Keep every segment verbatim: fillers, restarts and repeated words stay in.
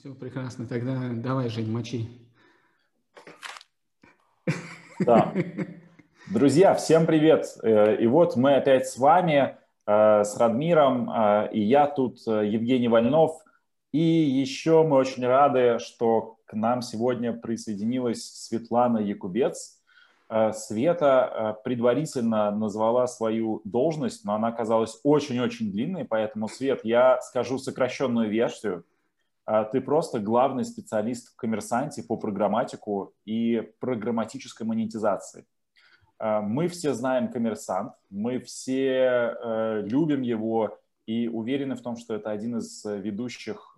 Все прекрасно. Тогда давай, Жень, мочи. Да. Друзья, всем привет. И вот мы опять с вами, с Радмиром, и я тут, Евгений Вольнов. И еще мы очень рады, что к нам сегодня присоединилась Светлана Якубец. Света предварительно назвала свою должность, но она оказалась очень-очень длинной, поэтому, Свет, я скажу сокращенную версию. Ты просто главный специалист в «Коммерсанте» по программатику и программатической монетизации. Мы все знаем «Коммерсант», мы все любим его и уверены в том, что это один из ведущих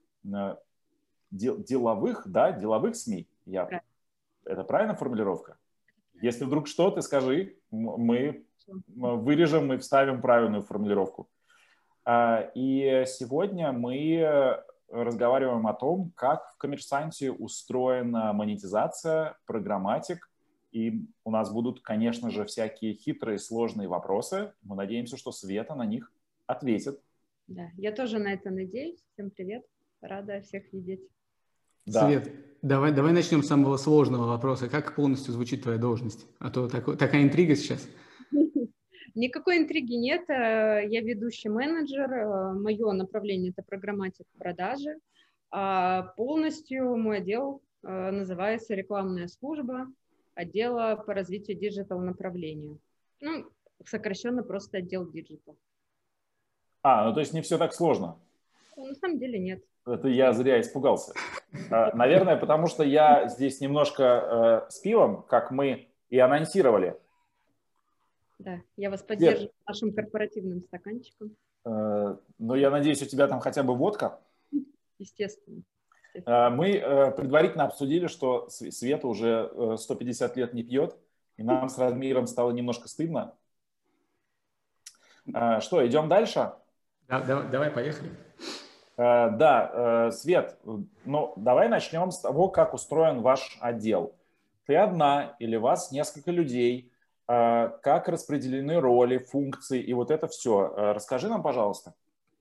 деловых, да, деловых СМИ. Я... Это правильная формулировка? Если вдруг что, ты скажи, мы вырежем и вставим правильную формулировку. И сегодня мы разговариваем о том, как в «Коммерсанте» устроена монетизация, программатик. И у нас будут, конечно же, всякие хитрые, сложные вопросы. Мы надеемся, что Света на них ответит. Да, я тоже на это надеюсь. Всем привет. Рада всех видеть. Да. Свет, давай, давай начнем с самого сложного вопроса. Как полностью звучит твоя должность? А то так, такая интрига сейчас. Никакой интриги нет. Я ведущий менеджер. Мое направление – это программатик продажи. А полностью мой отдел называется рекламная служба отдела по развитию диджитал направления. Ну, сокращенно просто отдел диджитал. А, ну то есть не все так сложно? Ну, на самом деле нет. Это я зря испугался. Наверное, потому что я здесь немножко с пивом, как мы и анонсировали. Да, я вас поддерживаю нашим корпоративным стаканчиком. Ну, я надеюсь, у тебя там хотя бы водка. Естественно. Мы предварительно обсудили, что Света уже сто пятьдесят лет не пьет, и нам с Радмиром стало немножко стыдно. Что, идем дальше? Да, давай, давай, поехали. Да, Свет, ну, давай начнем с того, как устроен ваш отдел. Ты одна или вас несколько людей? Как распределены роли, функции и вот это все? Расскажи нам, пожалуйста.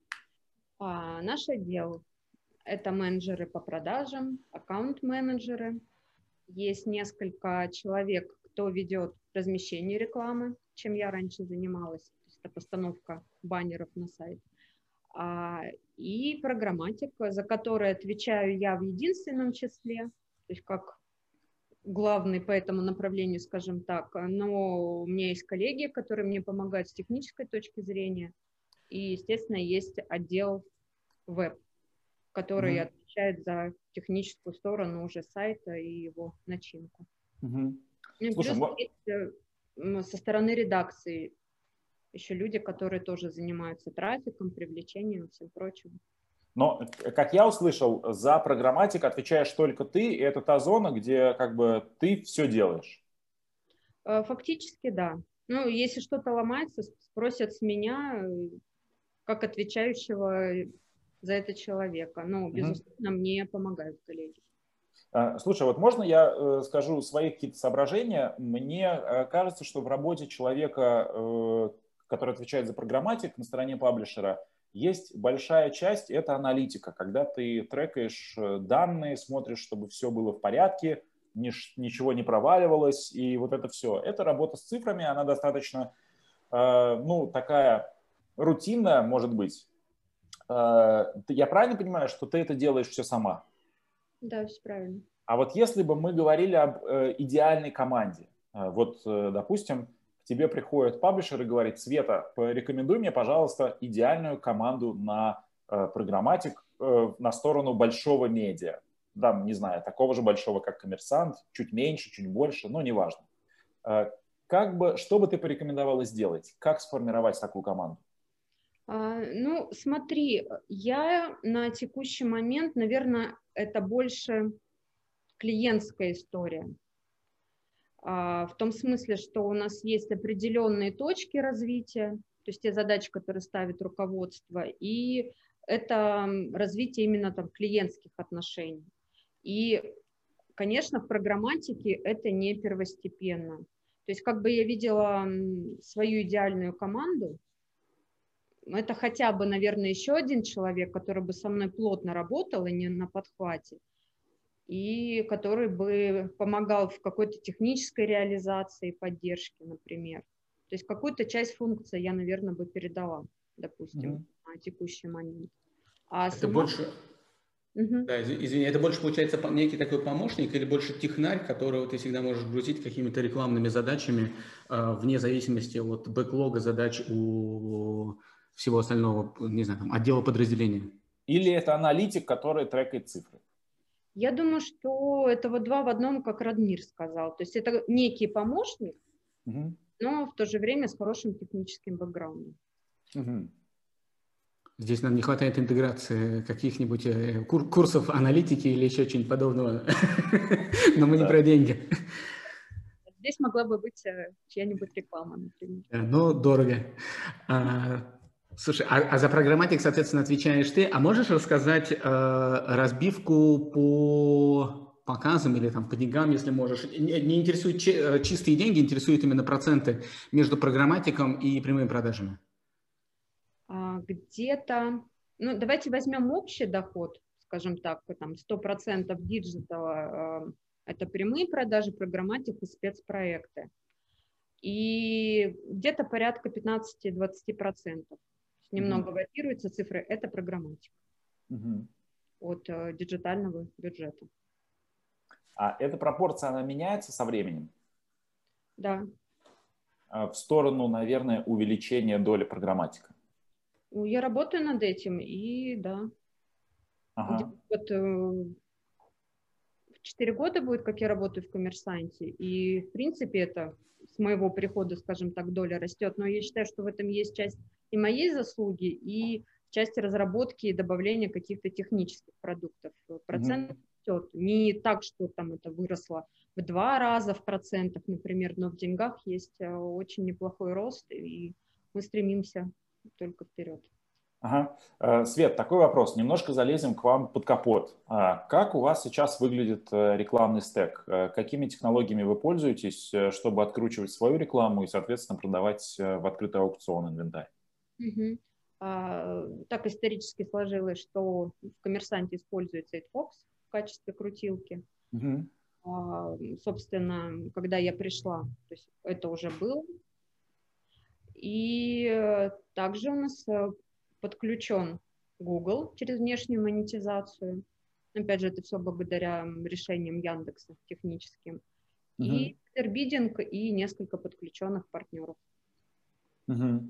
А, наш отдел – это менеджеры по продажам, аккаунт-менеджеры. Есть несколько человек, кто ведет размещение рекламы, чем я раньше занималась. То есть это постановка баннеров на сайт. А, и программатика, за которую отвечаю я в единственном числе, то есть как главный по этому направлению, скажем так, но у меня есть коллеги, которые мне помогают с технической точки зрения, и, естественно, есть отдел веб, который mm-hmm. отвечает за техническую сторону уже сайта и его начинку. Mm-hmm. Ну, Слушай, плюс мы... есть со стороны редакции еще люди, которые тоже занимаются трафиком, привлечением и всем прочим. Но, как я услышал, за программатик отвечаешь только ты, и это та зона, где как бы ты все делаешь. Фактически, да. Ну, если что-то ломается, спросят с меня, как отвечающего за это человека. Но, безусловно, угу. мне помогают коллеги. Слушай, вот можно я скажу свои какие-то соображения? Мне кажется, что в работе человека, который отвечает за программатик на стороне паблишера, есть большая часть, это аналитика, когда ты трекаешь данные, смотришь, чтобы все было в порядке, ничего не проваливалось, и вот это все. Это работа с цифрами, она достаточно, ну, такая рутинная, может быть. Я правильно понимаю, что ты это делаешь все сама? Да, все правильно. А вот если бы мы говорили об идеальной команде, вот, допустим, к тебе приходит паблишер и говорит: Света, порекомендуй мне, пожалуйста, идеальную команду на э, программатик э, на сторону большого медиа. Да, не знаю, такого же большого, как «Коммерсант», чуть меньше, чуть больше, но неважно. Э, как бы, что бы ты порекомендовала сделать? Как сформировать такую команду? А, ну, смотри, я на текущий момент, наверное, это больше клиентская история. В том смысле, что у нас есть определенные точки развития, то есть те задачи, которые ставит руководство, и это развитие именно там клиентских отношений. И, конечно, в программатике это не первостепенно. То есть как бы я видела свою идеальную команду, это хотя бы, наверное, еще один человек, который бы со мной плотно работал и не на подхвате, и который бы помогал в какой-то технической реализации, поддержке, например. То есть какую-то часть функций я, наверное, бы передала, допустим, mm-hmm. на текущий момент. А это сама... больше... Угу. Да, извини, это больше получается некий такой помощник или больше технарь, которого ты всегда можешь грузить какими-то рекламными задачами э, вне зависимости от бэклога задач у всего остального, не знаю, там, отдела подразделения? Или это аналитик, который трекает цифры? Я думаю, что это вот два в одном, как Радмир сказал. То есть это некий помощник, угу. но в то же время с хорошим техническим бэкграундом. Угу. Здесь нам не хватает интеграции каких-нибудь кур- курсов аналитики или еще чего-нибудь подобного, но мы не про деньги. Здесь могла бы быть чья-нибудь реклама, например. Но дорого. А, слушай, а, а за программатик, соответственно, отвечаешь ты. А можешь рассказать э, разбивку по показам или там, по деньгам, если можешь? Не, не интересуют чи- чистые деньги, интересуют именно проценты между программатиком и прямыми продажами. Где-то, ну, давайте возьмем общий доход, скажем так, там сто процентов диджитала, это прямые продажи, программатик и спецпроекты. И где-то порядка пятнадцать-двадцать процентов. Немного mm-hmm. варьируются цифры, это программатика mm-hmm. от э, диджитального бюджета. А эта пропорция, она меняется со временем? Да. В сторону, наверное, увеличения доли программатика? Я работаю над этим, и да. Ага. Вот, э, четыре года будет, как я работаю в Коммерсанте, и, в принципе, это с моего прихода, скажем так, доля растет, но я считаю, что в этом есть часть и моей заслуги, и часть разработки и добавления каких-то технических продуктов. Процент mm-hmm. растет. Не так, что там это выросло в два раза в процентах, например, но в деньгах есть очень неплохой рост, и мы стремимся только вперед. Ага. Свет, такой вопрос. Немножко залезем к вам под капот. Как у вас сейчас выглядит рекламный стек? Какими технологиями вы пользуетесь, чтобы откручивать свою рекламу и, соответственно, продавать в открытый аукцион инвентарь? Угу. А, так исторически сложилось, что в Коммерсанте используется Adfox в качестве крутилки. Угу. А, собственно, когда я пришла, то есть это уже было. И также у нас подключен Google через внешнюю монетизацию. Опять же, это все благодаря решениям Яндекса техническим. Uh-huh. И интербиддинг, и несколько подключенных партнеров. Uh-huh.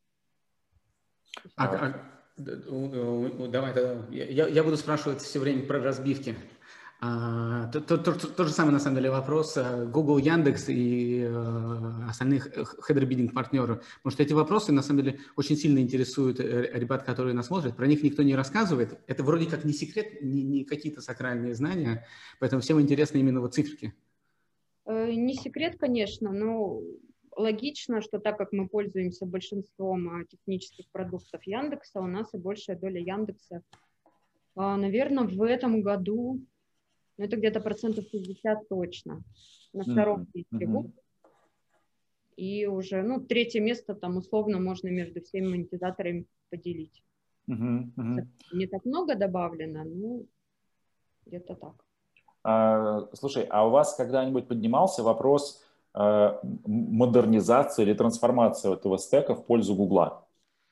А, а, давай, я, я буду спрашивать все время про разбивки. А, то, то, то, то же самое, на самом деле, вопрос Google, Яндекс и э, остальных хедер-биддинг партнеров. Потому что эти вопросы, на самом деле, очень сильно интересуют ребят, которые нас смотрят. Про них никто не рассказывает. Это вроде как не секрет, не, не какие-то сакральные знания. Поэтому всем интересны именно вот циферки. Не секрет, конечно, но логично, что так как мы пользуемся большинством технических продуктов Яндекса, у нас и большая доля Яндекса. Наверное, в этом году... Ну, это где-то процентов пятьдесят точно. На втором месте mm-hmm. Google. И уже, ну, третье место там условно можно между всеми монетизаторами поделить. Mm-hmm. Mm-hmm. Не так много добавлено, но где-то так. А, слушай, а у вас когда-нибудь поднимался вопрос а, модернизации или трансформации этого стека в пользу Гугла?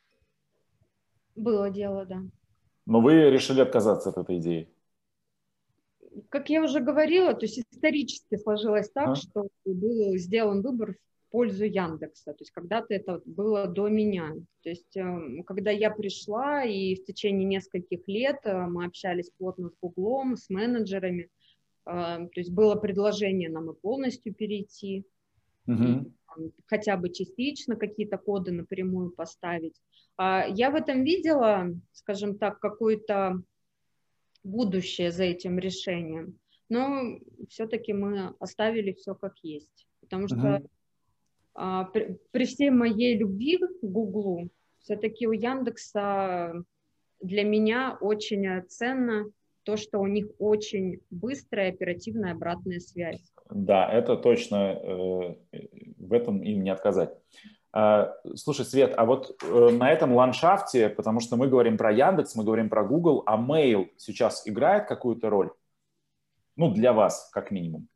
Было дело, да. Но вы решили отказаться от этой идеи? Как я уже говорила, то есть исторически сложилось так, а? что был сделан выбор в пользу Яндекса. То есть когда-то это было до меня. То есть когда я пришла, и в течение нескольких лет мы общались плотно с Гуглом, с менеджерами, то есть было предложение нам и полностью перейти, угу. и, хотя бы частично какие-то коды напрямую поставить. Я в этом видела, скажем так, какую-то будущее за этим решением, но все-таки мы оставили все как есть, потому что uh-huh. а, при, при всей моей любви к Гуглу, все-таки у Яндекса для меня очень ценно то, что у них очень быстрая оперативная обратная связь. Да, это точно, э, в этом им не отказать. Слушай, Свет, а вот на этом ландшафте, потому что мы говорим про Яндекс, мы говорим про Google, а Mail сейчас играет какую-то роль? Ну, для вас, как минимум.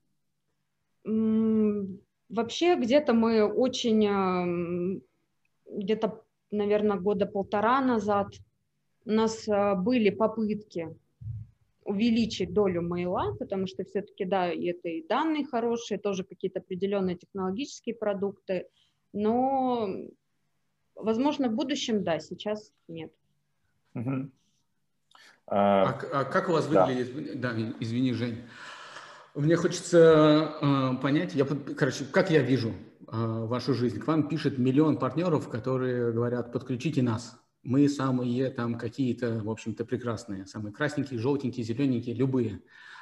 Вообще, где-то мы очень, где-то, наверное, года полтора назад у нас были попытки увеличить долю мейла, потому что все-таки, да, это и данные хорошие, тоже какие-то определенные технологические продукты, но, возможно, в будущем, да, сейчас нет. Uh-huh. А, а как у вас выглядит, да, да извини, Жень, мне хочется э, понять, я, короче, как я вижу э, вашу жизнь. К вам пишет миллион партнеров, которые говорят, подключите нас. Мы самые там какие-то, в общем-то, прекрасные, самые красненькие, желтенькие, зелененькие, любые.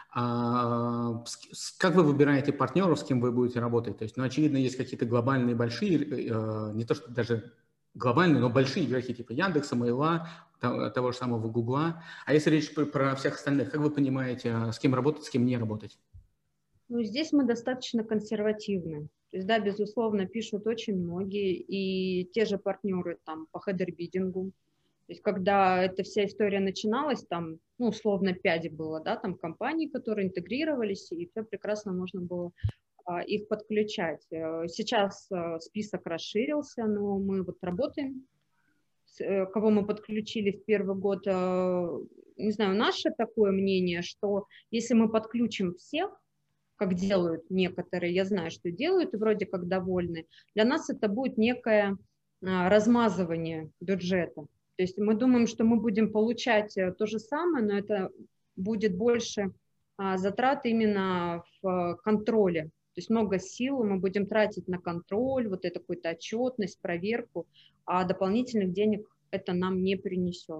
А, с, как вы выбираете партнеров, с кем вы будете работать? То есть, ну, очевидно, есть какие-то глобальные, большие, э, не то что даже глобальные, но большие игроки типа Яндекса, Мейла, того, того же самого Гугла. А если речь про, про всех остальных, как вы понимаете, с кем работать, с кем не работать? Ну, здесь мы достаточно консервативны. То есть, да, безусловно, пишут очень многие, и те же партнеры там по хедербидингу. То есть, когда эта вся история начиналась, там, ну, условно, пять было, да, там компаний, которые интегрировались, и все прекрасно можно было а, их подключать. Сейчас а, список расширился, но мы вот работаем, с, а, кого мы подключили в первый год. А, не знаю, наше такое мнение, что если мы подключим всех, как делают некоторые, я знаю, что делают, и вроде как довольны, для нас это будет некое а, размазывание бюджета. То есть мы думаем, что мы будем получать то же самое, но это будет больше а, затрат именно в контроле. То есть много сил мы будем тратить на контроль, вот эту какую-то отчетность, проверку, а дополнительных денег это нам не принесет.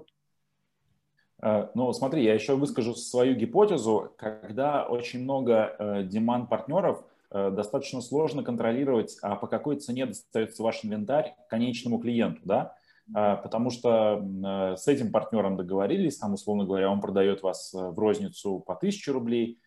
Ну, смотри, я еще выскажу свою гипотезу. Когда очень много деманд-партнеров, достаточно сложно контролировать, а по какой цене достается ваш инвентарь конечному клиенту, да? Потому что с этим партнером договорились, там, условно говоря, он продает вас в розницу по тысяче рублей,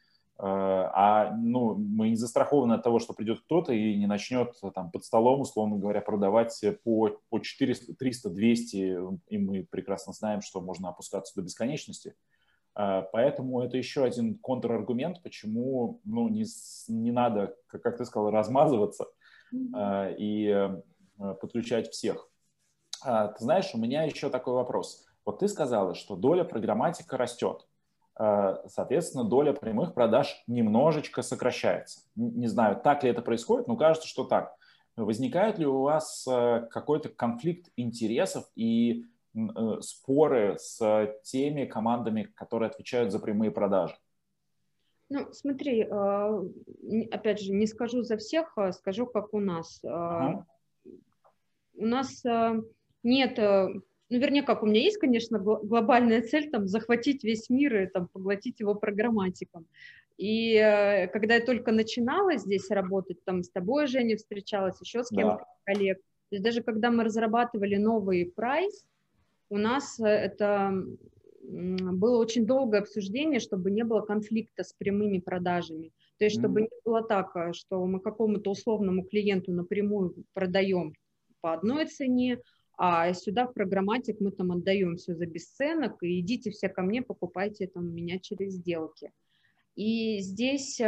а ну, мы не застрахованы от того, что придет кто-то и не начнет там под столом, условно говоря, продавать по, по четыреста, триста, двести, и мы прекрасно знаем, что можно опускаться до бесконечности. Поэтому это еще один контраргумент, почему ну, не, не надо, как ты сказал, размазываться mm-hmm. и подключать всех. Ты знаешь, у меня еще такой вопрос. Вот ты сказала, что доля программатика растет. Соответственно, доля прямых продаж немножечко сокращается. Не знаю, так ли это происходит, но кажется, что так. Возникает ли у вас какой-то конфликт интересов и споры с теми командами, которые отвечают за прямые продажи? Ну, смотри, опять же, не скажу за всех, скажу, как у нас. Ага. У нас нет... Ну, вернее, как, у меня есть, конечно, глобальная цель, там, захватить весь мир и, там, поглотить его программатиком. И э, когда я только начинала здесь работать, там, с тобой, Женя, встречалась, еще с кем-то, да. коллег, то есть даже когда мы разрабатывали новый прайс, у нас это было очень долгое обсуждение, чтобы не было конфликта с прямыми продажами. То есть, чтобы mm-hmm. не было так, что мы какому-то условному клиенту напрямую продаем по одной цене, а сюда в программатик мы там отдаем все за бесценок, и идите все ко мне, покупайте там у меня через сделки. И здесь,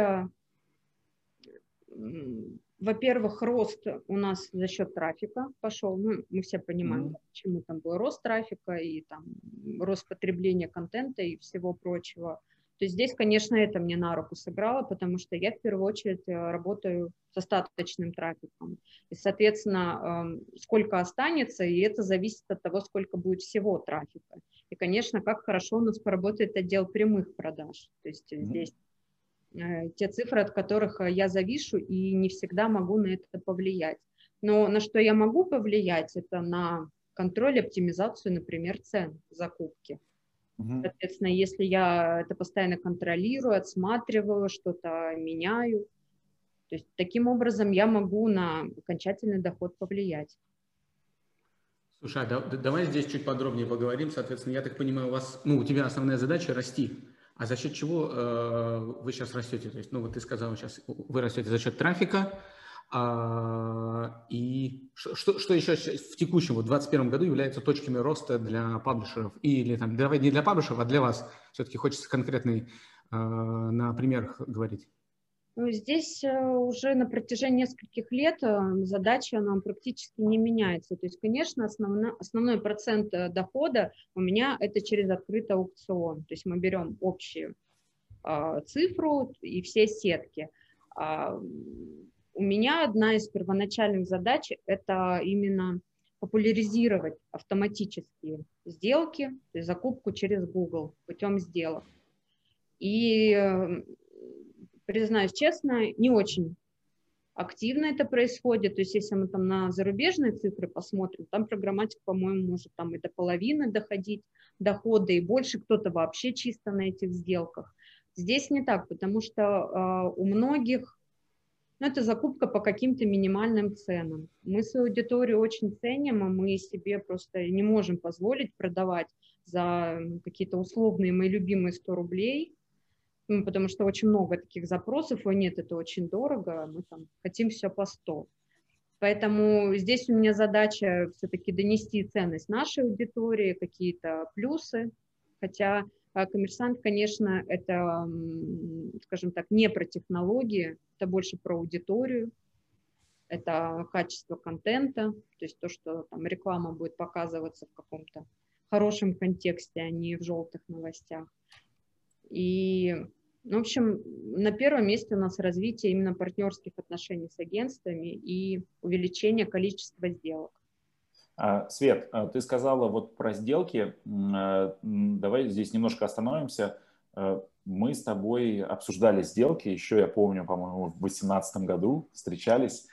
во-первых, рост у нас за счет трафика пошел, ну, мы все понимаем, mm-hmm. почему там был рост трафика и там рост потребления контента и всего прочего. То есть здесь, конечно, это мне на руку сыграло, потому что я в первую очередь работаю с остаточным трафиком. И, соответственно, сколько останется, и это зависит от того, сколько будет всего трафика. И, конечно, как хорошо у нас поработает отдел прямых продаж. То есть mm-hmm. здесь те цифры, от которых я завишу, и не всегда могу на это повлиять. Но на что я могу повлиять, это на контроль, оптимизацию, например, цен закупки. Соответственно, если я это постоянно контролирую, отсматриваю, что-то меняю, то есть таким образом я могу на окончательный доход повлиять. Слушай, да, давай здесь чуть подробнее поговорим. Соответственно, я так понимаю, у вас, ну, у тебя основная задача расти. А за счет чего э, вы сейчас растете? То есть, ну, вот ты сказал, сейчас вы растете за счет трафика. А, и что, что еще в текущем, вот, двадцать первом году является точками роста для паблишеров? Или там, давай не для паблишеров, а для вас? Все-таки хочется конкретный а, на примерах говорить. Ну, здесь уже на протяжении нескольких лет задача нам практически не меняется. То есть, конечно, основной, основной процент дохода у меня это через открытый аукцион. То есть мы берем общую а, цифру и все сетки. А, у меня одна из первоначальных задач это именно популяризировать автоматические сделки, то есть закупку через Google путем сделок. И признаюсь честно, не очень активно это происходит. То есть если мы там на зарубежные цифры посмотрим, там программатика, по-моему, может там и до половины доходить дохода, и больше кто-то вообще чисто на этих сделках. Здесь не так, потому что э, у многих, ну, это закупка по каким-то минимальным ценам. Мы свою аудиторию очень ценим, а мы себе просто не можем позволить продавать за какие-то условные мои любимые сто рублей, потому что очень много таких запросов, ой, нет, это очень дорого, мы там хотим все по сто. Поэтому здесь у меня задача все-таки донести ценность нашей аудитории, какие-то плюсы, хотя Коммерсант, конечно, это, скажем так, не про технологии, это больше про аудиторию, это качество контента, то есть то, что там реклама будет показываться в каком-то хорошем контексте, а не в желтых новостях. И, в общем, на первом месте у нас развитие именно партнерских отношений с агентствами и увеличение количества сделок. Свет, ты сказала вот про сделки. Давай здесь немножко остановимся. Мы с тобой обсуждали сделки, еще я помню, по-моему, в две тысячи восемнадцатом году встречались,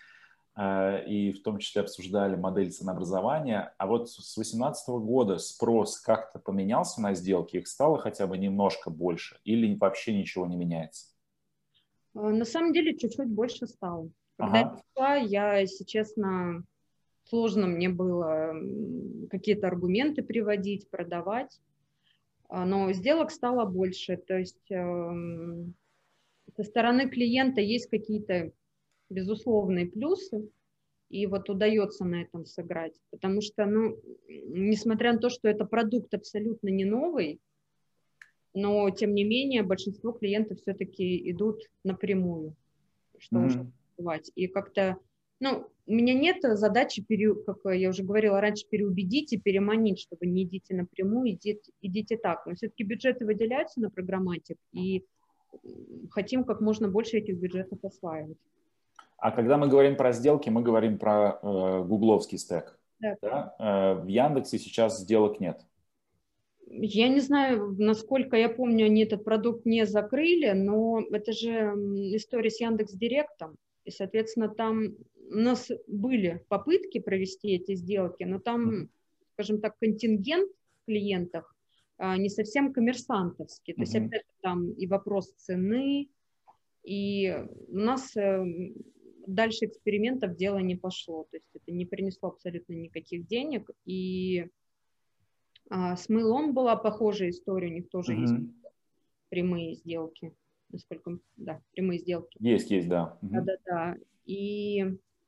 и в том числе обсуждали модель ценообразования. А вот с две тысячи восемнадцатого года спрос как-то поменялся на сделки? Их стало хотя бы немножко больше или вообще ничего не меняется? На самом деле чуть-чуть больше стало. Когда Ага. я пришла, я, если честно, сложно мне было какие-то аргументы приводить, продавать, но сделок стало больше. То есть э, со стороны клиента есть какие-то безусловные плюсы, и вот удается на этом сыграть. Потому что, ну, несмотря на то, что это продукт абсолютно не новый, но, тем не менее, большинство клиентов все-таки идут напрямую, что mm-hmm. уже покупать. И как-то, ну, у меня нет задачи, пере, как я уже говорила раньше, переубедить и переманить, чтобы не идите напрямую, идите, идите так. Но все-таки бюджеты выделяются на программатик, и хотим как можно больше этих бюджетов осваивать. А когда мы говорим про сделки, мы говорим про э, гугловский стэк. Да. Да? Э, в Яндексе сейчас сделок нет. Я не знаю, насколько я помню, они этот продукт не закрыли, но это же история с Яндекс.Директом, и, соответственно, там у нас были попытки провести эти сделки, но там, скажем так, контингент клиентов а, не совсем коммерсантовский. То есть, mm-hmm. опять там и вопрос цены, и у нас э, дальше экспериментов дело не пошло, то есть это не принесло абсолютно никаких денег, и а, с мылом была похожая история, у них тоже mm-hmm. есть прямые сделки, насколько, да, прямые сделки. Есть, есть, да. Mm-hmm. Да-да-да, и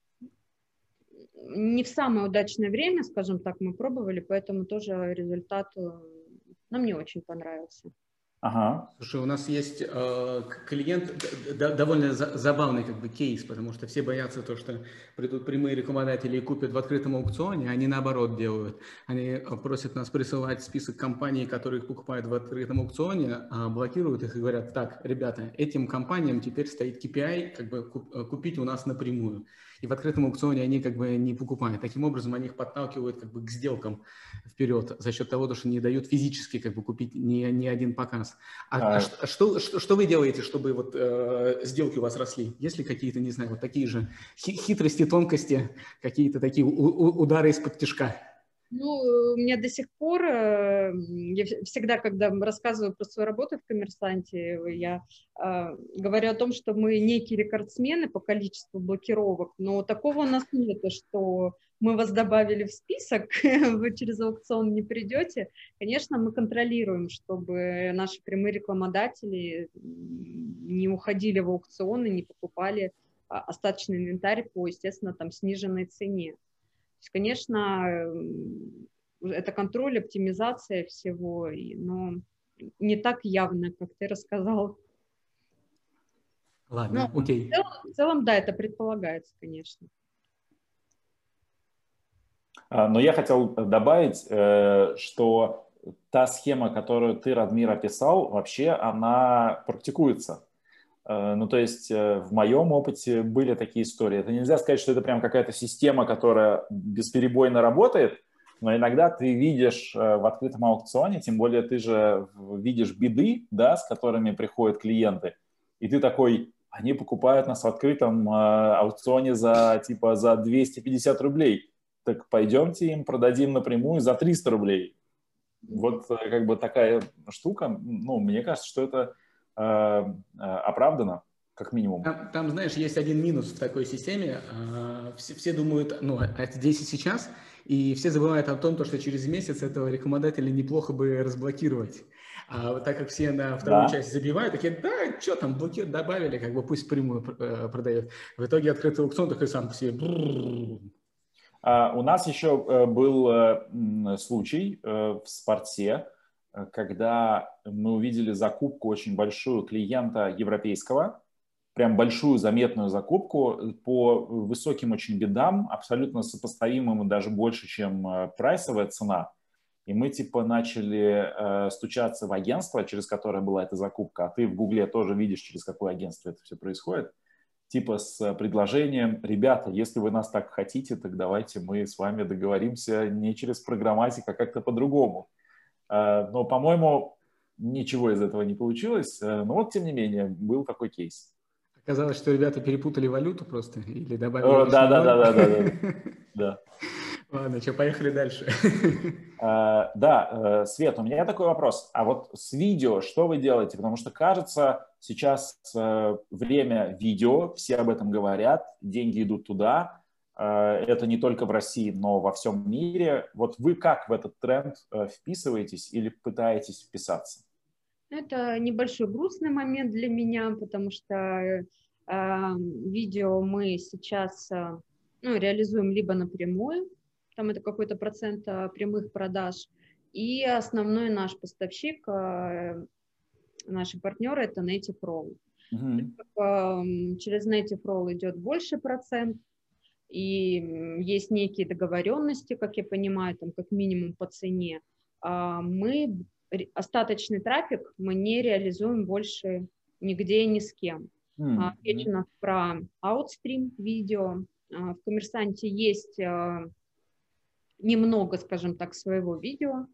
не в самое удачное время, скажем так, мы пробовали, поэтому тоже результат нам не очень понравился. Ага. Слушай, у нас есть э, клиент, д- довольно за- забавный как бы кейс, потому что все боятся то, что придут прямые рекламодатели и купят в открытом аукционе, они наоборот делают. Они просят нас присылать список компаний, которые их покупают в открытом аукционе, а блокируют их и говорят: так, ребята, этим компаниям теперь стоит кей пи ай как бы купить у нас напрямую. И в открытом аукционе они как бы не покупают. Таким образом, они их подталкивают как бы к сделкам вперед за счет того, что не дают физически как бы купить ни, ни один показ. А, а, а что, что, что вы делаете, чтобы вот э, сделки у вас росли? Есть ли какие-то, не знаю, вот такие же хитрости, тонкости, какие-то такие у, у, удары из-под тишка? Ну, у меня до сих пор, я всегда, когда рассказываю про свою работу в «Коммерсанте», я э, говорю о том, что мы некие рекордсмены по количеству блокировок, но такого у нас нет, что мы вас добавили в список, вы через аукцион не придете. Конечно, мы контролируем, чтобы наши прямые рекламодатели не уходили в аукционы, не покупали остаточный инвентарь по, естественно, там сниженной цене. То есть, конечно, это контроль, оптимизация всего, но не так явно, как ты рассказал. Ладно, ну, окей. В целом, в целом, да, это предполагается, конечно. Но я хотел добавить, что та схема, которую ты, Радмир, описал, вообще она практикуется. Ну, то есть в моем опыте были такие истории. Это нельзя сказать, что это прям какая-то система, которая бесперебойно работает, но иногда ты видишь в открытом аукционе, тем более ты же видишь биды, да, с которыми приходят клиенты, и ты такой, они покупают нас в открытом аукционе за, типа, за двести пятьдесят рублей. Так пойдемте им продадим напрямую за триста рублей. Вот как бы такая штука, ну, мне кажется, что это э, оправдано, как минимум. Там, там, знаешь, есть один минус в такой системе. Все, все думают, ну, это здесь и сейчас, и все забывают о том, что через месяц этого рекламодателя неплохо бы разблокировать. А вот так как все на вторую Да. часть забивают, такие, да, что там, блокир добавили, как бы пусть прямую продает. В итоге открытый аукцион такой сам по себе. Uh, у нас еще uh, был uh, случай uh, в Спорте, uh, когда мы увидели закупку очень большую клиента европейского, прям большую заметную закупку по высоким очень бедам, абсолютно сопоставимым и даже больше, чем uh, прайсовая цена. И мы типа начали uh, стучаться в агентство, через которое была эта закупка, а ты в Гугле тоже видишь, через какое агентство это все происходит. Типа с предложением, ребята, если вы нас так хотите, так давайте мы с вами договоримся не через программатик, а как-то по-другому. Но, по-моему, ничего из этого не получилось. Но вот, тем не менее, был такой кейс. Оказалось, что ребята перепутали валюту просто или добавили да, да, да, да, да, да, да. Ладно, что, поехали дальше. Да, Свет, у меня такой вопрос. А вот с видео что вы делаете? Потому что, кажется, сейчас время видео, все об этом говорят, деньги идут туда. Это не только в России, но во всем мире. Вот вы как в этот тренд вписываетесь или пытаетесь вписаться? Это небольшой грустный момент для меня, потому что э, видео мы сейчас э, ну, реализуем либо напрямую, там это какой-то процент прямых продаж, и основной наш поставщик, наши партнеры, это Native.ro. Mm-hmm. Через Native.ro идет больше процент, и есть некие договоренности, как я понимаю, там как минимум по цене. Мы остаточный трафик мы не реализуем больше нигде и ни с кем. Mm-hmm. Речь у нас про аутстрим видео. В Коммерсанте есть немного, скажем так, своего видео.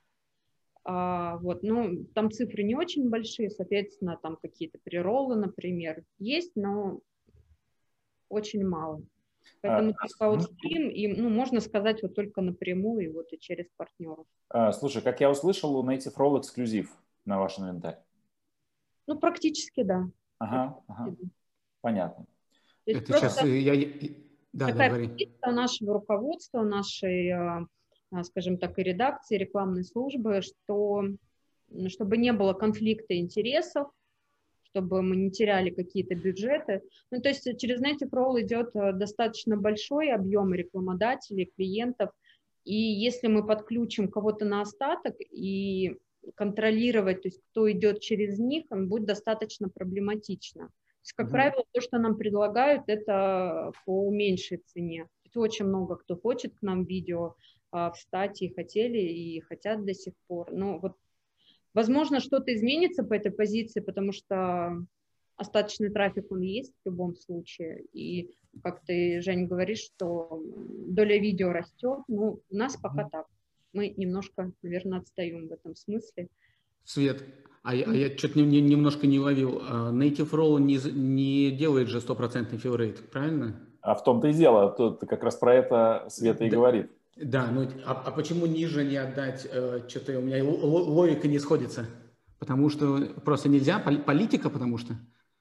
А, вот, ну, там цифры не очень большие, соответственно, там какие-то прероллы, например, есть, но очень мало. Поэтому а, аутстрим, и, ну, можно сказать, вот только напрямую, и вот и через партнеров. А, слушай, как я услышал, у Native.ro эксклюзив на ваш инвентарь. Ну, практически, да. Ага, ага. Понятно. Это просто... сейчас я... Да, такая да, позиция нашего руководства, нашей, скажем так, и редакции, рекламной службы, что чтобы не было конфликта интересов, чтобы мы не теряли какие-то бюджеты. Ну, то есть через Native.ro идет достаточно большой объем рекламодателей, клиентов, и если мы подключим кого-то на остаток и контролировать, то есть кто идет через них, он будет достаточно проблематично. То есть, как mm-hmm. правило, то, что нам предлагают, это по меньшей цене. Очень много кто хочет к нам видео а, встать и хотели, и хотят до сих пор. Но вот, возможно, что-то изменится по этой позиции, потому что остаточный трафик, он есть в любом случае. И, как ты, Жень, говоришь, что доля видео растет. Ну, у нас пока mm-hmm. так. Мы немножко, наверное, отстаем в этом смысле. Свет, а я, а я что-то не, не, немножко не ловил. Native.ro не, не делает же стопроцентный филрейт, правильно? А в том-то и дело. Тут как раз про это Света да, и говорит. Да, ну а, а почему ниже не отдать? Что-то у меня логика не сходится. Потому что просто нельзя? Политика, потому что?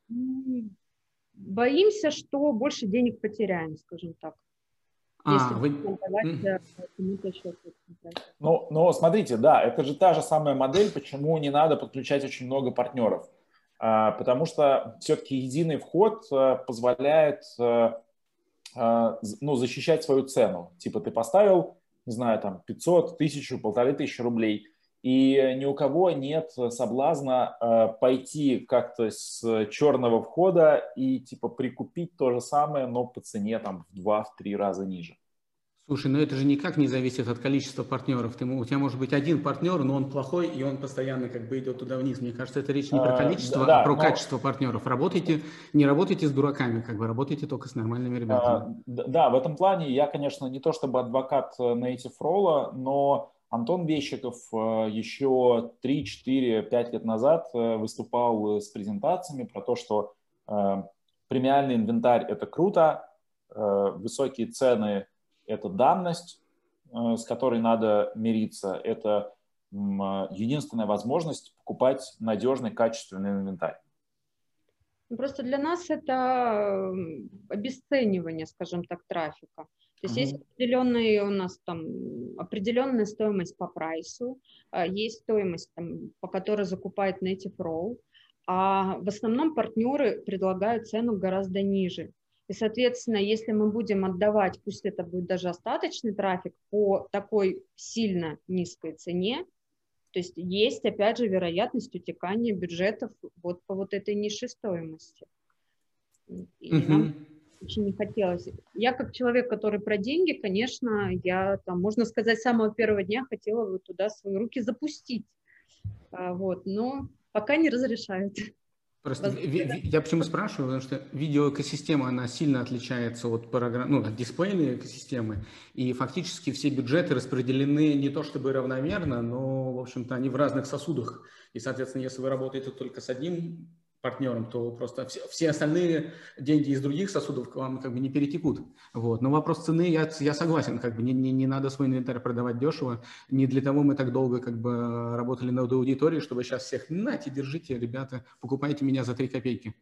Боимся, что больше денег потеряем, скажем так. А, вы... ну, ну, смотрите, да, это же та же самая модель, почему не надо подключать очень много партнеров. потому что все-таки единый вход позволяет ну, защищать свою цену. Типа ты поставил, не знаю, там пятьсот, тысячу, полторы тысячи рублей, и ни у кого нет соблазна пойти как-то с черного входа и типа прикупить то же самое, но по цене там в два-три раза ниже. Слушай, но это же никак не зависит от количества партнеров. Ты, у тебя может быть один партнер, но он плохой, и он постоянно как бы идет туда вниз. Мне кажется, это речь не про количество, а, да, а про но... качество партнеров. Работайте, не работайте с дураками, как бы работайте только с нормальными ребятами. А, да, в этом плане я, конечно, не то чтобы адвокат Native Roll, но Антон Вещиков еще три, четыре, пять лет назад выступал с презентациями про то, что премиальный инвентарь – это круто, высокие цены – это данность, с которой надо мириться. Это единственная возможность покупать надежный, качественный инвентарь. Просто для нас это обесценивание, скажем так, трафика. То есть mm-hmm. есть определенная у нас там определенная стоимость по прайсу, есть стоимость, там, по которой закупает Native Roll, а в основном партнеры предлагают цену гораздо ниже. И, соответственно, если мы будем отдавать, пусть это будет даже остаточный трафик, по такой сильно низкой цене, то есть есть, опять же, вероятность утекания бюджетов вот по вот этой низшей стоимости. И uh-huh. нам очень не хотелось. Я как человек, который про деньги, конечно, я там, можно сказать, с самого первого дня хотела бы туда свои руки запустить. А, вот, но пока не разрешают. Просто ви- ви- я почему спрашиваю, потому что видеоэкосистема, она сильно отличается от, программ, ну, от дисплейной экосистемы, и фактически все бюджеты распределены не то чтобы равномерно, но, в общем-то, они в разных сосудах. И, соответственно, если вы работаете только с одним партнером, то просто все, все остальные деньги из других сосудов к вам как бы не перетекут. Вот. Но вопрос цены, я, я согласен, как бы не, не, не надо свой инвентарь продавать дешево. Не для того мы так долго как бы работали над аудиторией, чтобы сейчас всех, нате, держите, ребята, покупайте меня за три копейки.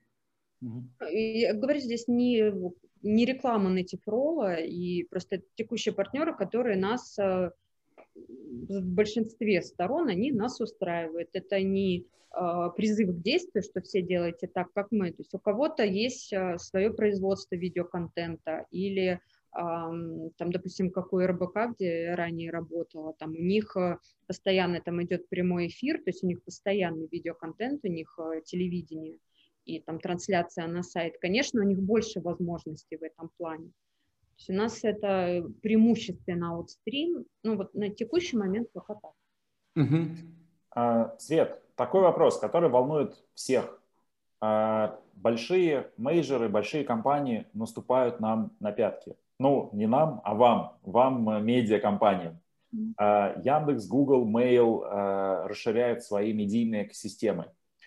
Я говорю здесь не, не реклама Native Roll, и просто текущие партнеры, которые нас в большинстве сторон, они нас устраивают. Это не призыв к действию, что все делаете так, как мы. То есть у кого-то есть свое производство видеоконтента или, там, допустим, как у эр бэ ка, где я ранее работала, там у них постоянно там идет прямой эфир, то есть у них постоянный видеоконтент, у них телевидение и там трансляция на сайт. Конечно, у них больше возможностей в этом плане. То есть у нас это преимущественно аутстрим, ну вот на текущий момент пока так. Угу. А, Свет, такой вопрос, который волнует всех. Большие мейджоры, большие компании наступают нам на пятки. Ну, не нам, а вам, вам, медиакомпаниям. Яндекс, Google, Mail расширяют свои медийные экосистемы.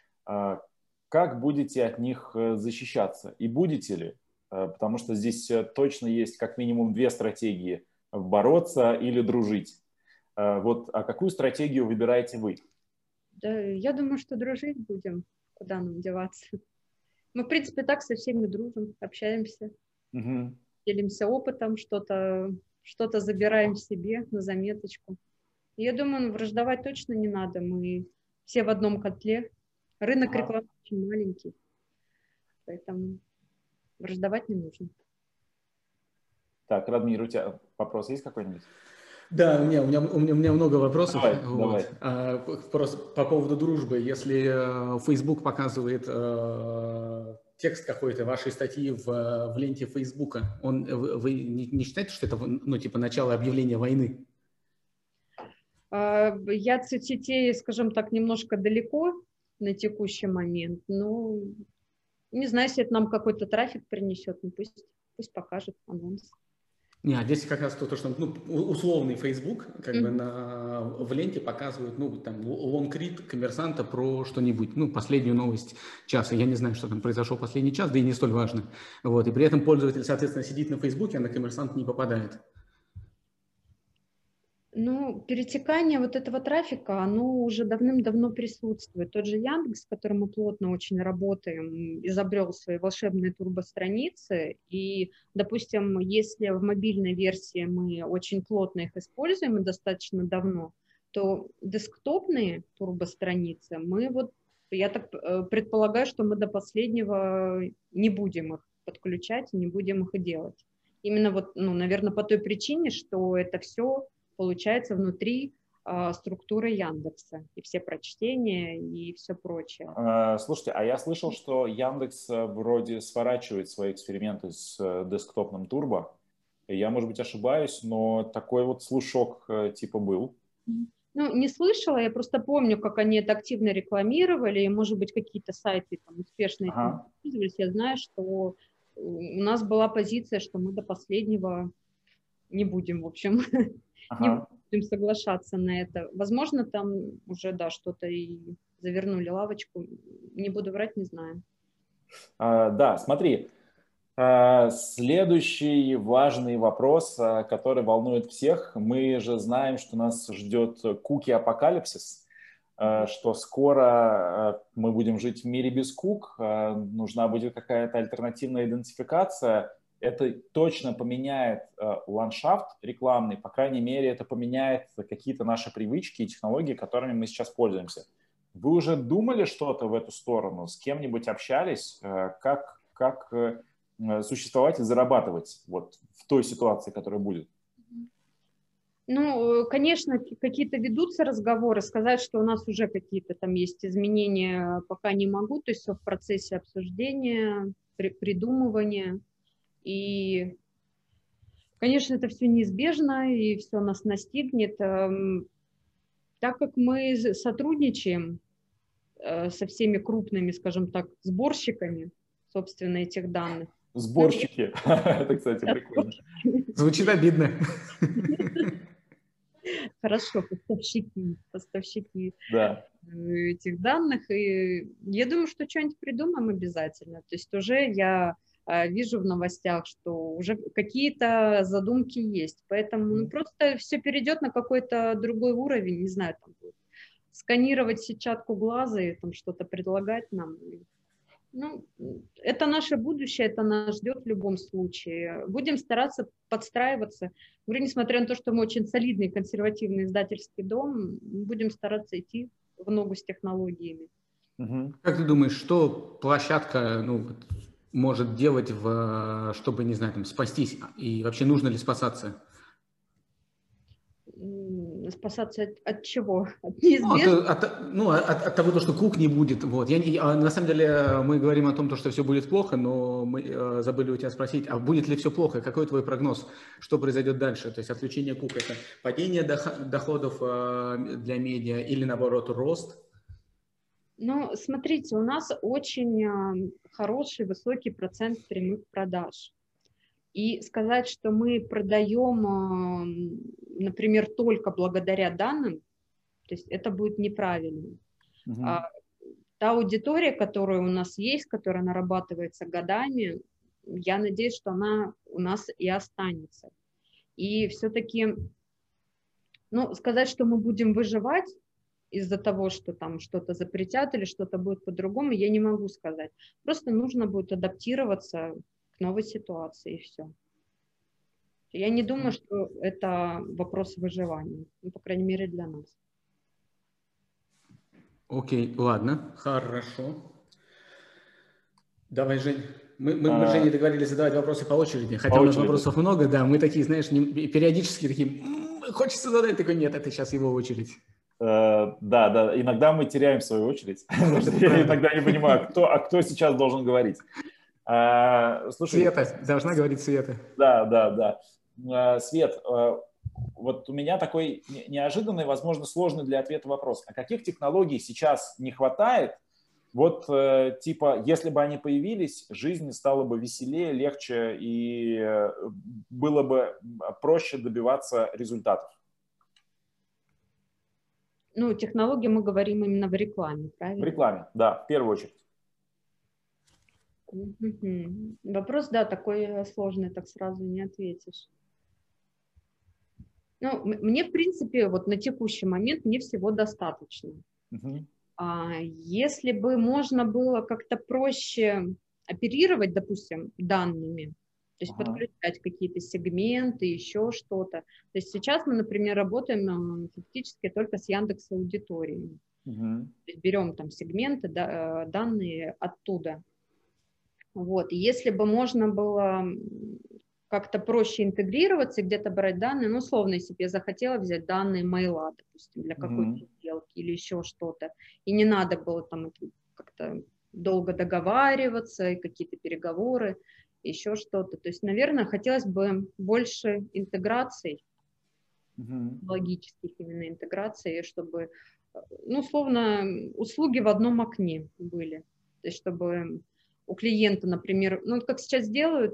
Как будете от них защищаться? И будете ли? Потому что здесь точно есть как минимум две стратегии: бороться или дружить. Вот, а какую стратегию выбираете вы? Да, я думаю, что дружить будем. Куда нам деваться? Мы, в принципе, так со всеми дружим, общаемся, угу. делимся опытом, что-то, что-то забираем себе на заметочку. Я думаю, враждовать точно не надо. Мы все в одном котле. Рынок ага. рекламы очень маленький, поэтому враждовать не нужно. Так, Радмир, у тебя вопрос есть какой-нибудь? Да, у меня, у, меня, у, меня, у меня много вопросов. Давай, вот. давай. А, просто по поводу дружбы. Если Facebook показывает э, текст какой-то вашей статьи в, в ленте Facebook, он, вы, вы не, не считаете, что это ну, типа начало объявления войны? Я от соцсетей, скажем так, немножко далеко на текущий момент. Но не знаю, если это нам какой-то трафик принесет, ну пусть, пусть покажет анонс. Не, а здесь как раз то, что ну, условный Facebook как mm-hmm. бы на, в ленте показывает, ну, там, лонгрид коммерсанта про что-нибудь, ну, последнюю новость часа. Я не знаю, что там произошел последний час, да и не столь важно. Вот, и при этом пользователь, соответственно, сидит на Фейсбуке, а на коммерсант не попадает. Ну, перетекание вот этого трафика, оно уже давным-давно присутствует. Тот же Яндекс, с которым мы плотно очень работаем, изобрел свои волшебные турбостраницы. И, допустим, если в мобильной версии мы очень плотно их используем и достаточно давно, то десктопные турбостраницы мы вот Я так предполагаю, что мы до последнего не будем их подключать, не будем их и делать. Именно вот, ну, наверное, по той причине, что это все получается внутри э, структуры Яндекса. И все прочтения, и все прочее. Слушайте, а я слышал, что Яндекс вроде сворачивает свои эксперименты с десктопным турбо. Я, может быть, ошибаюсь, но такой вот слушок типа был. Ну, не слышала, я просто помню, как они это активно рекламировали, и, может быть, какие-то сайты там успешно этим Ага. пользовались. Я знаю, что у нас была позиция, что мы до последнего не будем, в общем, ага. не будем соглашаться на это. Возможно, там уже, да, что-то и завернули лавочку. Не буду врать, не знаю. А, да, смотри. Следующий важный вопрос, который волнует всех. Мы же знаем, что нас ждет куки-апокалипсис, что скоро мы будем жить в мире без кук, нужна будет какая-то альтернативная идентификация. Это точно поменяет ландшафт рекламный, по крайней мере, это поменяет какие-то наши привычки и технологии, которыми мы сейчас пользуемся. Вы уже думали что-то в эту сторону? С кем-нибудь общались? Как, как существовать и зарабатывать вот в той ситуации, которая будет? Ну, конечно, какие-то ведутся разговоры. Сказать, что у нас уже какие-то там есть изменения, пока не могу. То есть все в процессе обсуждения, при, придумывания. И, конечно, это все неизбежно, и все нас настигнет. Так как мы сотрудничаем со всеми крупными, скажем так, сборщиками, собственно, этих данных. Сборщики. Это, кстати, прикольно. Звучит обидно. Хорошо, поставщики, поставщики да. этих данных. И я думаю, что что-нибудь придумаем обязательно. То есть уже я вижу в новостях, что уже какие-то задумки есть. Поэтому ну, просто все перейдет на какой-то другой уровень. Не знаю, там будет сканировать сетчатку глаза и там что-то предлагать нам. Ну, это наше будущее, это нас ждет в любом случае. Будем стараться подстраиваться. Говорю, несмотря на то, что мы очень солидный консервативный издательский дом, будем стараться идти в ногу с технологиями. Угу. Как ты думаешь, что площадка ну, может делать, в, чтобы, не знаю, там, спастись? И вообще нужно ли спасаться? Спасаться от, от чего? От неизбежного? Ну, от, от, ну, от, от того, что кук не будет. Вот. Я, я, на самом деле мы говорим о том, что все будет плохо, но мы э, забыли у тебя спросить, а будет ли все плохо? Какой твой прогноз? Что произойдет дальше? То есть отключение кук – это падение доходов э, для медиа или, наоборот, рост? Ну, смотрите, у нас очень э, хороший, высокий процент прямых продаж. И сказать, что мы продаем, например, только благодаря данным, то есть это будет неправильно. Uh-huh. А, та аудитория, которая у нас есть, которая нарабатывается годами, я надеюсь, что она у нас и останется. И все-таки, ну, сказать, что мы будем выживать из-за того, что там что-то запретят или что-то будет по-другому, я не могу сказать. Просто нужно будет адаптироваться к новой ситуации, и все. Я не думаю, что это вопрос выживания, ну, по крайней мере, для нас. Окей, ладно, хорошо. Давай, Жень. Мы, мы, мы с Женей договорились задавать вопросы по очереди, хотя по у нас очереди. Вопросов много, да, мы такие, знаешь, не, периодически такие, хочется задать, такой, нет, это сейчас его очередь. Uh, да, да, иногда мы теряем свою очередь, я иногда не понимаю, кто, а кто сейчас должен говорить. Uh, слушай, Света, должна говорить Света. Да, да, да. Uh, Свет, uh, вот у меня такой неожиданный, возможно, сложный для ответа вопрос. А каких технологий сейчас не хватает? Вот uh, типа, если бы они появились, жизнь стала бы веселее, легче и uh, было бы проще добиваться результатов. Ну, технологии мы говорим именно в рекламе, правильно? В рекламе, да, в первую очередь. Mm-hmm. Вопрос, да, такой сложный, так сразу не ответишь. Ну, мне, в принципе, вот на текущий момент мне всего достаточно. Mm-hmm. А, если бы можно было как-то проще оперировать, допустим, данными, то есть uh-huh. подключать какие-то сегменты, еще что-то. То есть сейчас мы, например, работаем фактически только с Яндекс.Аудиторией. Mm-hmm. Берем там сегменты, да, данные оттуда. Вот. И если бы можно было как-то проще интегрироваться, где-то брать данные, ну, условно, если бы я захотела взять данные мейла, допустим, для какой-то Mm-hmm. сделки или еще что-то, и не надо было там как-то долго договариваться, и какие-то переговоры, еще что-то. То есть, наверное, хотелось бы больше интеграций, mm-hmm. логических именно интеграций, чтобы, ну, условно, услуги в одном окне были. То есть, чтобы у клиента, например, ну, как сейчас делают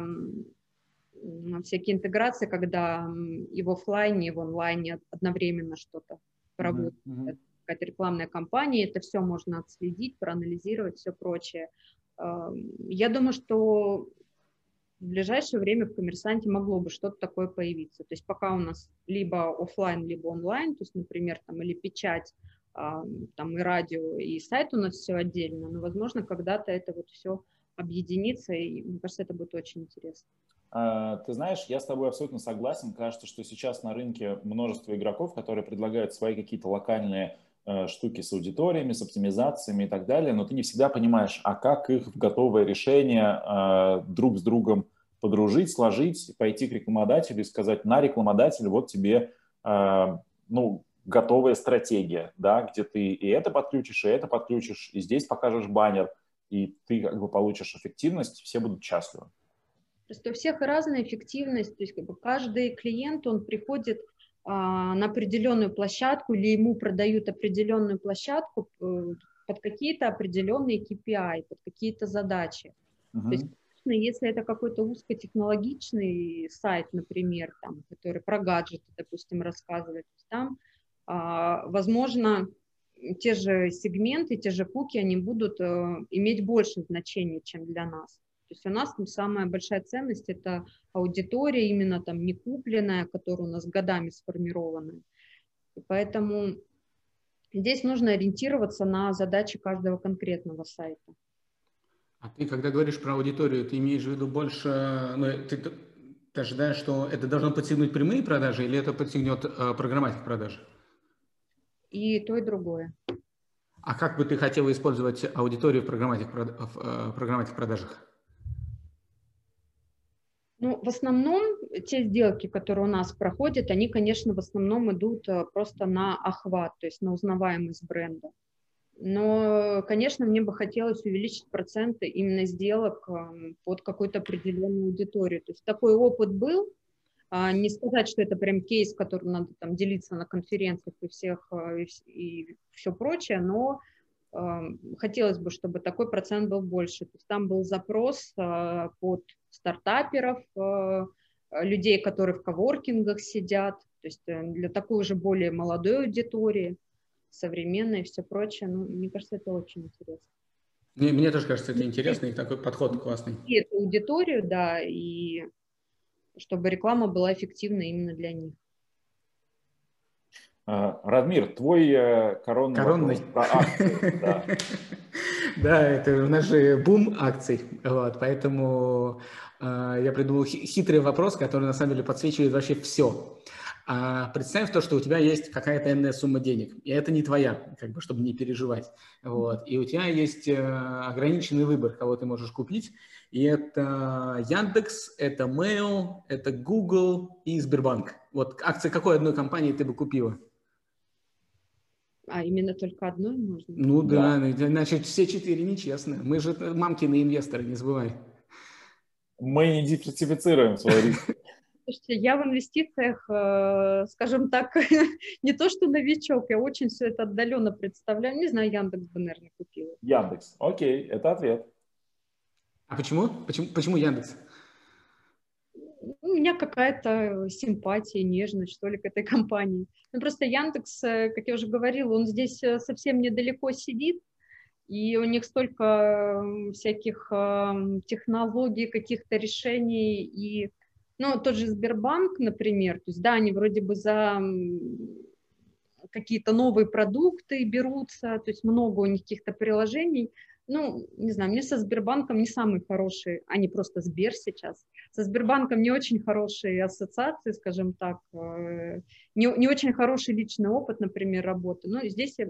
всякие интеграции, когда и в офлайне, и в онлайне одновременно что-то работает. Mm-hmm. Mm-hmm. Какая-то рекламная кампания, это все можно отследить, проанализировать, все прочее. Я думаю, что в ближайшее время в «Коммерсанте» могло бы что-то такое появиться. То есть пока у нас либо офлайн, либо онлайн, то есть, например, там или печать, там и радио, и сайт у нас все отдельно, но, возможно, когда-то это вот все объединится, и мне кажется, это будет очень интересно. Ты знаешь, я с тобой абсолютно согласен. Кажется, что сейчас на рынке множество игроков, которые предлагают свои какие-то локальные э, штуки с аудиториями, с оптимизациями и так далее, но ты не всегда понимаешь, а как их в готовое решение э, друг с другом подружить, сложить, пойти к рекламодателю и сказать: на рекламодатель, вот тебе э, ну, готовая стратегия, да, где ты и это подключишь, и это подключишь, и здесь покажешь баннер, и ты как бы получишь эффективность, все будут счастливы. Просто у всех разная эффективность, то есть как бы каждый клиент, он приходит а, на определенную площадку, или ему продают определенную площадку под какие-то определенные кей пи ай, под какие-то задачи. Uh-huh. То есть, конечно, если это какой-то узкотехнологичный сайт, например, там, который про гаджеты, допустим, рассказывает, там, а, возможно, те же сегменты, те же куки, они будут а, иметь больше значения, чем для нас. То есть у нас там самая большая ценность – это аудитория, именно там не купленная, которая у нас годами сформирована. И поэтому здесь нужно ориентироваться на задачи каждого конкретного сайта. А ты, когда говоришь про аудиторию, ты имеешь в виду больше, ну, ты, ты ожидаешь, что это должно подстегнуть прямые продажи или это подстегнет э, программатик продажи? И то, и другое. А как бы ты хотела использовать аудиторию в программатик, в, э, программатик продажах? Ну, в основном те сделки, которые у нас проходят, они, конечно, в основном идут просто на охват, то есть на узнаваемость бренда. Но, конечно, мне бы хотелось увеличить проценты именно сделок под какую-то определенную аудиторию. То есть такой опыт был. Не сказать, что это прям кейс, которым надо там делиться на конференциях и всех и, и все прочее, но хотелось бы, чтобы такой процент был больше. То есть там был запрос под стартаперов, людей, которые в коворкингах сидят, то есть для такой уже более молодой аудитории, современной и все прочее. Ну, мне кажется, это очень интересно. Мне, мне тоже кажется, это интересно, и такой подход классный. И эту аудиторию, да, и чтобы реклама была эффективна именно для них. Радмир, твой коронный, коронный. вопрос про акции. Да. Да, это у нас же бум акций, вот, поэтому э, я придумал хитрый вопрос, который на самом деле подсвечивает вообще все. А представь то, что у тебя есть какая-то энная сумма денег, и это не твоя, как бы, чтобы не переживать, вот, и у тебя есть э, ограниченный выбор, кого ты можешь купить, и это Яндекс, это Mail, это Google и Сбербанк. Вот акции какой одной компании ты бы купила? А именно только одной можно? Ну да, да, значит, все четыре нечестно. Мы же мамкины инвесторы, не забывай. Мы не диверсифицируем свой риск. Слушайте, я в инвестициях, скажем так, не то что новичок, я очень все это отдаленно представляю. Не знаю, Яндекс бы, наверное, купила. Яндекс, окей, это ответ. А почему? Почему, почему Яндекс? У меня какая-то симпатия, нежность, что ли, к этой компании. Ну, просто Яндекс, как я уже говорила, он здесь совсем недалеко сидит, и у них столько всяких технологий, каких-то решений, и, ну, тот же Сбербанк, например, то есть, да, они вроде бы за какие-то новые продукты берутся, то есть много у них каких-то приложений. Ну, не знаю, мне со Сбербанком не самые хорошие, а не просто Сбер сейчас. Со Сбербанком не очень хорошие ассоциации, скажем так, не, не очень хороший личный опыт, например, работы. Но здесь я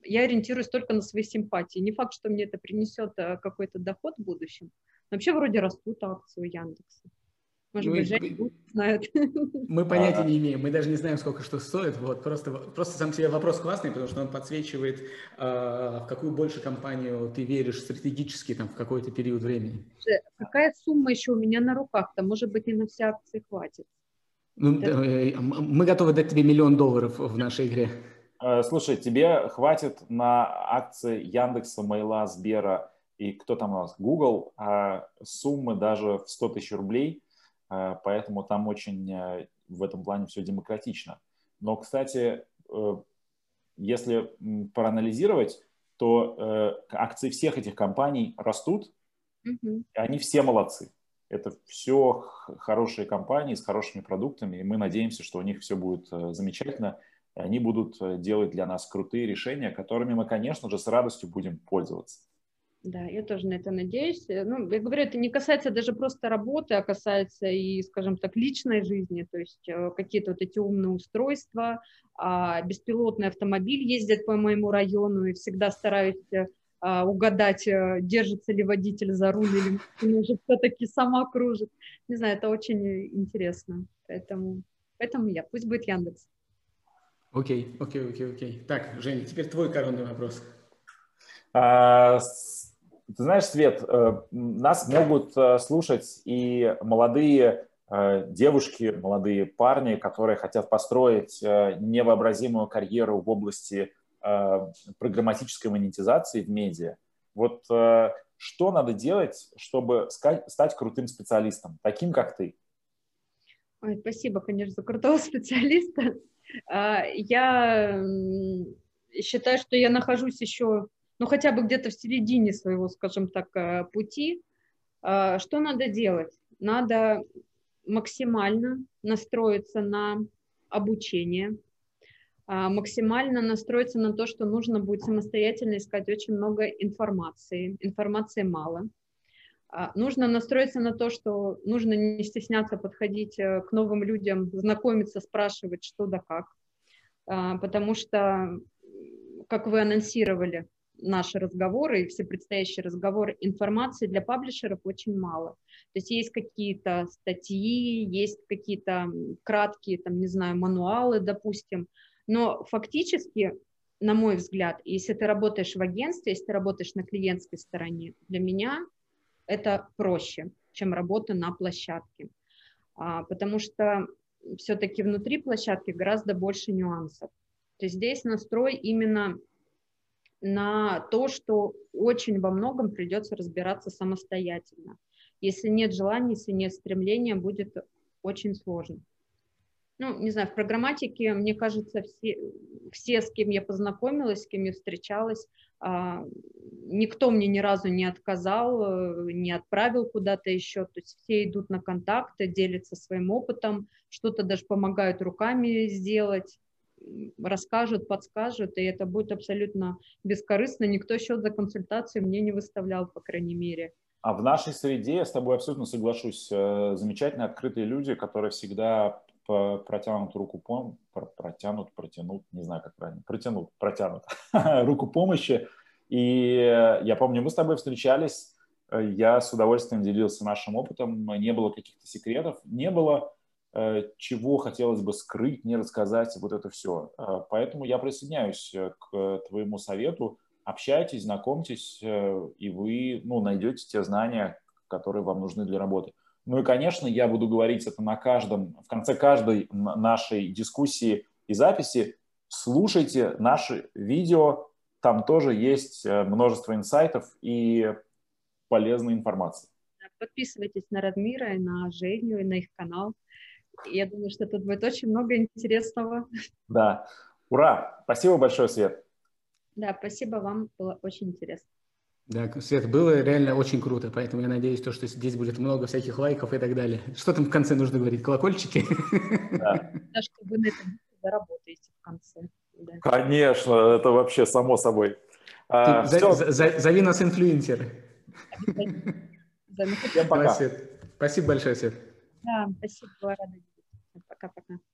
я ориентируюсь только на свои симпатии. Не факт, что мне это принесет какой-то доход в будущем. Вообще вроде растут акции у Яндекса. Может Ну, быть, Женя знает. Мы понятия не имеем, мы даже не знаем, сколько что стоит. Вот, просто, просто сам себе вопрос классный, потому что он подсвечивает, э, в какую больше компанию ты веришь стратегически там, в какой-то период времени. Какая сумма еще у меня на руках-то? Может быть, не на все акции хватит. Ну, да, мы готовы дать тебе миллион долларов в нашей игре. Слушай, тебе хватит на акции Яндекса, Мейла, Сбера и кто там у нас, Google, суммы даже в сто тысяч рублей, поэтому там очень в этом плане все демократично. Но, кстати, если проанализировать, то акции всех этих компаний растут, mm-hmm. и они все молодцы. Это все хорошие компании с хорошими продуктами, и мы надеемся, что у них все будет замечательно. И они будут делать для нас крутые решения, которыми мы, конечно же, с радостью будем пользоваться. Да, я тоже на это надеюсь. Ну, я говорю, это не касается даже просто работы, а касается и, скажем так, личной жизни. То есть какие-то вот эти умные устройства, беспилотный автомобиль ездит по моему району, и всегда стараюсь угадать, держится ли водитель за руль или может все-таки сама кружит. Не знаю, это очень интересно. Поэтому, поэтому я. Пусть будет Яндекс. Окей, окей, окей, окей. Так, Женя, теперь твой коронный вопрос. А, ты знаешь, Свет, нас могут слушать и молодые девушки, молодые парни, которые хотят построить невообразимую карьеру в области программатической монетизации в медиа. Вот что надо делать, чтобы стать крутым специалистом, таким, как ты? Ой, спасибо, конечно, за крутого специалиста. Я считаю, что я нахожусь еще, ну, хотя бы где-то в середине своего, скажем так, пути. Что надо делать? Надо максимально настроиться на обучение, максимально настроиться на то, что нужно будет самостоятельно искать очень много информации. Информации мало. Нужно настроиться на то, что нужно не стесняться подходить к новым людям, знакомиться, спрашивать, что да как. Потому что, как вы анонсировали наши разговоры и все предстоящие разговоры, информации для паблишеров очень мало. То есть есть какие-то статьи, есть какие-то краткие, там, не знаю, мануалы, допустим. Но фактически, на мой взгляд, если ты работаешь в агентстве, если ты работаешь на клиентской стороне, для меня это проще, чем работа на площадке, а, потому что все-таки внутри площадки гораздо больше нюансов. То есть здесь настрой именно на то, что очень во многом придется разбираться самостоятельно. Если нет желания, если нет стремления, будет очень сложно. Ну, не знаю, в программатике, мне кажется, все, все, с кем я познакомилась, с кем я встречалась, а, никто мне ни разу не отказал, не отправил куда-то еще. То есть все идут на контакты, делятся своим опытом, что-то даже помогают руками сделать, расскажут, подскажут, и это будет абсолютно бескорыстно. Никто счет за консультацию мне не выставлял, по крайней мере. А в нашей среде, я с тобой абсолютно соглашусь, замечательные, открытые люди, которые всегда протянут руку помощи, протянут, протянут, не знаю, как правильно, протянут, протянут руку помощи. И я помню, мы с тобой встречались, я с удовольствием делился нашим опытом, не было каких-то секретов, не было чего хотелось бы скрыть, не рассказать, вот это все. Поэтому я присоединяюсь к твоему совету. Общайтесь, знакомьтесь, и вы, ну, найдете те знания, которые вам нужны для работы. Ну и, конечно, я буду говорить это на каждом, в конце каждой нашей дискуссии и записи. Слушайте наши видео, там тоже есть множество инсайтов и полезной информации. Подписывайтесь на Радмира и на Женю, и на их канал. Я думаю, что тут будет очень много интересного. Да. Ура! Спасибо большое, Свет. Да, спасибо вам, было очень интересно. Да, Свет, было реально очень круто, поэтому я надеюсь, то, что здесь будет много всяких лайков и так далее. Что там в конце нужно говорить? Колокольчики? Да, да, что вы на этом заработаете в конце. Да. Конечно, это вообще само собой. А, за, за, зови нас инфлюенсеры. Всем пока. Спасибо большое, Свет. Да, спасибо, была рада. Пока-пока.